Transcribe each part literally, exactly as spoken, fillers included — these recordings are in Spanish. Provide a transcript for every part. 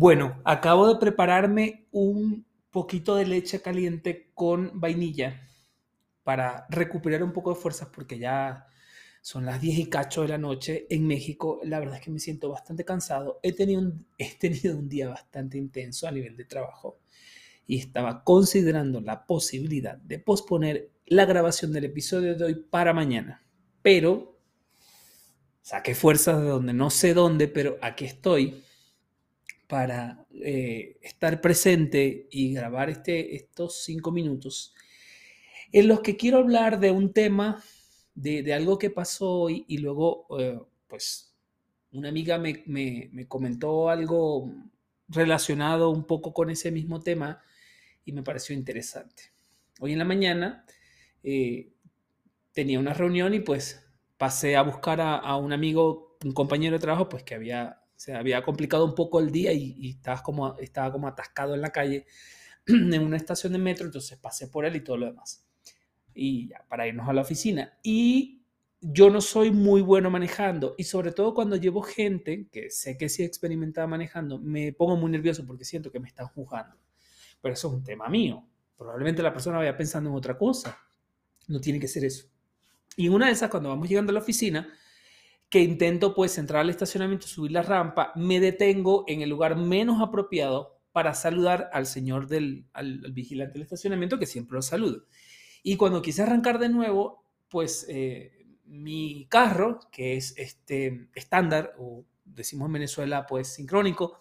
Bueno, acabo de prepararme un poquito de leche caliente con vainilla para recuperar un poco de fuerzas porque ya son las diez y cacho de la noche en México. La verdad es que me siento bastante cansado. He tenido un, he tenido un día bastante intenso a nivel de trabajo y estaba considerando la posibilidad de posponer la grabación del episodio de hoy para mañana. Pero saqué fuerzas de donde no sé dónde, pero aquí estoy para eh, estar presente y grabar este, estos cinco minutos en los que quiero hablar de un tema, de, de algo que pasó hoy y luego, eh, pues, una amiga me, me, me comentó algo relacionado un poco con ese mismo tema y me pareció interesante. Hoy en la mañana eh, tenía una reunión y pues pasé a buscar a, a un amigo, un compañero de trabajo, pues que había, se había complicado un poco el día y, y estaba, como, estaba como atascado en la calle en una estación de metro, entonces pasé por él y todo lo demás. Y ya, para irnos a la oficina. Y yo no soy muy bueno manejando y sobre todo cuando llevo gente que sé que sí experimentada manejando, me pongo muy nervioso porque siento que me están juzgando. Pero eso es un tema mío. Probablemente la persona vaya pensando en otra cosa. No tiene que ser eso. Y en una de esas, cuando vamos llegando a la oficina, que intento pues entrar al estacionamiento, subir la rampa, me detengo en el lugar menos apropiado para saludar al señor del, al, al vigilante del estacionamiento, que siempre lo saludo. Y cuando quise arrancar de nuevo, pues eh, mi carro, que es este estándar, o decimos en Venezuela, pues sincrónico,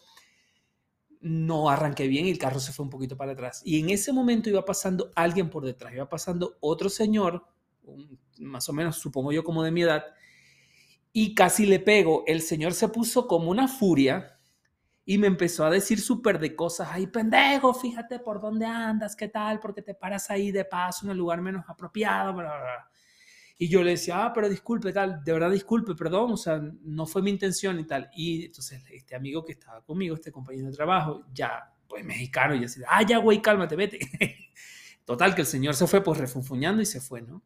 no arranqué bien y el carro se fue un poquito para atrás. Y en ese momento iba pasando alguien por detrás, iba pasando otro señor, un, más o menos supongo yo como de mi edad, y casi le pego. El señor se puso como una furia y me empezó a decir súper de cosas. Ay, pendejo, fíjate por dónde andas, qué tal, porque te paras ahí de paso en el lugar menos apropiado, bla, bla, bla. Y yo le decía, ah, pero disculpe, tal, de verdad disculpe, perdón, o sea, no fue mi intención y tal. Y entonces este amigo que estaba conmigo, este compañero de trabajo, ya, pues mexicano, y así, ah, ya, güey, cálmate, vete. Total, que el señor se fue pues refunfuñando y se fue, ¿no?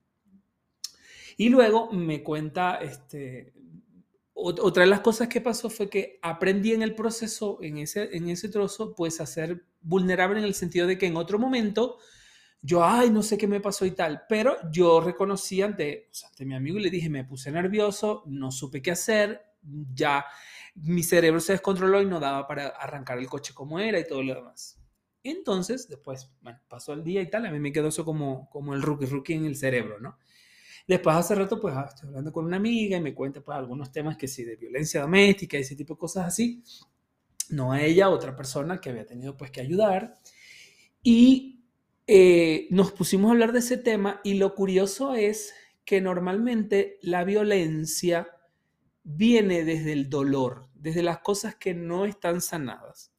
Y luego me cuenta, este, otra de las cosas que pasó fue que aprendí en el proceso, en ese, en ese trozo, pues a ser vulnerable en el sentido de que en otro momento yo, ay, no sé qué me pasó y tal, pero yo reconocí ante, o sea, ante mi amigo y le dije, me puse nervioso, no supe qué hacer, ya mi cerebro se descontroló y no daba para arrancar el coche como era y todo lo demás. Entonces, después, bueno, pasó el día y tal, a mí me quedó eso como, como el rookie rookie en el cerebro, ¿no? Después hace rato, pues, ah, estoy hablando con una amiga y me cuenta, pues, algunos temas que sí, de violencia doméstica y ese tipo de cosas así. No a ella, a otra persona que había tenido, pues, que ayudar. Y eh, nos pusimos a hablar de ese tema y lo curioso es que normalmente la violencia viene desde el dolor, desde las cosas que no están sanadas.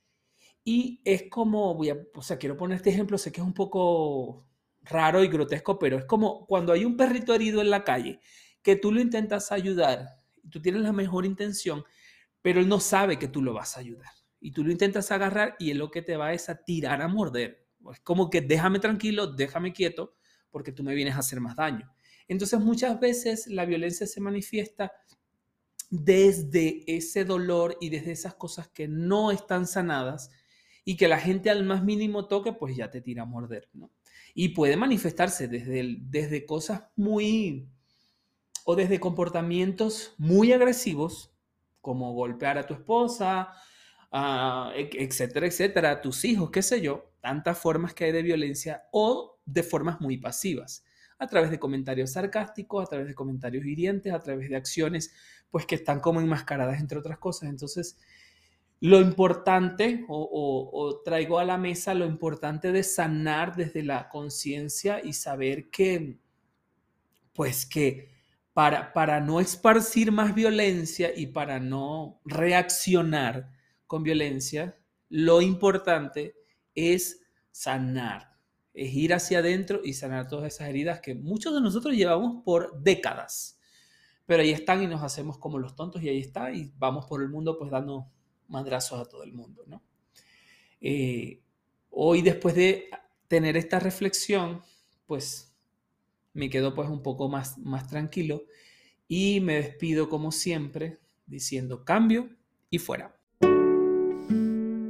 Y es como, voy a, o sea, quiero poner este ejemplo, sé que es un poco raro y grotesco, pero es como cuando hay un perrito herido en la calle, que tú lo intentas ayudar, tú tienes la mejor intención, pero él no sabe que tú lo vas a ayudar. Y tú lo intentas agarrar y él lo que te va es a tirar a morder. Es como que déjame tranquilo, déjame quieto, porque tú me vienes a hacer más daño. Entonces muchas veces la violencia se manifiesta desde ese dolor y desde esas cosas que no están sanadas y que la gente al más mínimo toque, pues ya te tira a morder, ¿no? Y puede manifestarse desde, el, desde cosas muy, o desde comportamientos muy agresivos, como golpear a tu esposa, uh, etcétera, etcétera, a tus hijos, qué sé yo, tantas formas que hay de violencia, o de formas muy pasivas, a través de comentarios sarcásticos, a través de comentarios hirientes, a través de acciones, pues que están como enmascaradas, entre otras cosas. Entonces, lo importante, o, o, o traigo a la mesa lo importante de sanar desde la conciencia y saber que, pues que para, para no esparcir más violencia y para no reaccionar con violencia, lo importante es sanar, es ir hacia adentro y sanar todas esas heridas que muchos de nosotros llevamos por décadas, pero ahí están y nos hacemos como los tontos y ahí está y vamos por el mundo pues dando madrazos a todo el mundo, ¿no? Eh, hoy después de tener esta reflexión, pues me quedo pues un poco más, más tranquilo y me despido como siempre diciendo cambio y fuera.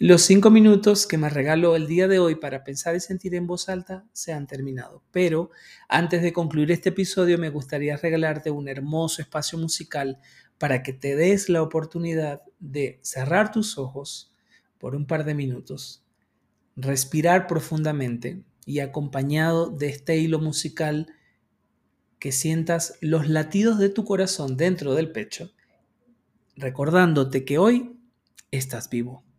Los cinco minutos que me regaló el día de hoy para pensar y sentir en voz alta se han terminado, pero antes de concluir este episodio me gustaría regalarte un hermoso espacio musical para que te des la oportunidad de cerrar tus ojos por un par de minutos, respirar profundamente y acompañado de este hilo musical que sientas los latidos de tu corazón dentro del pecho, recordándote que hoy estás vivo.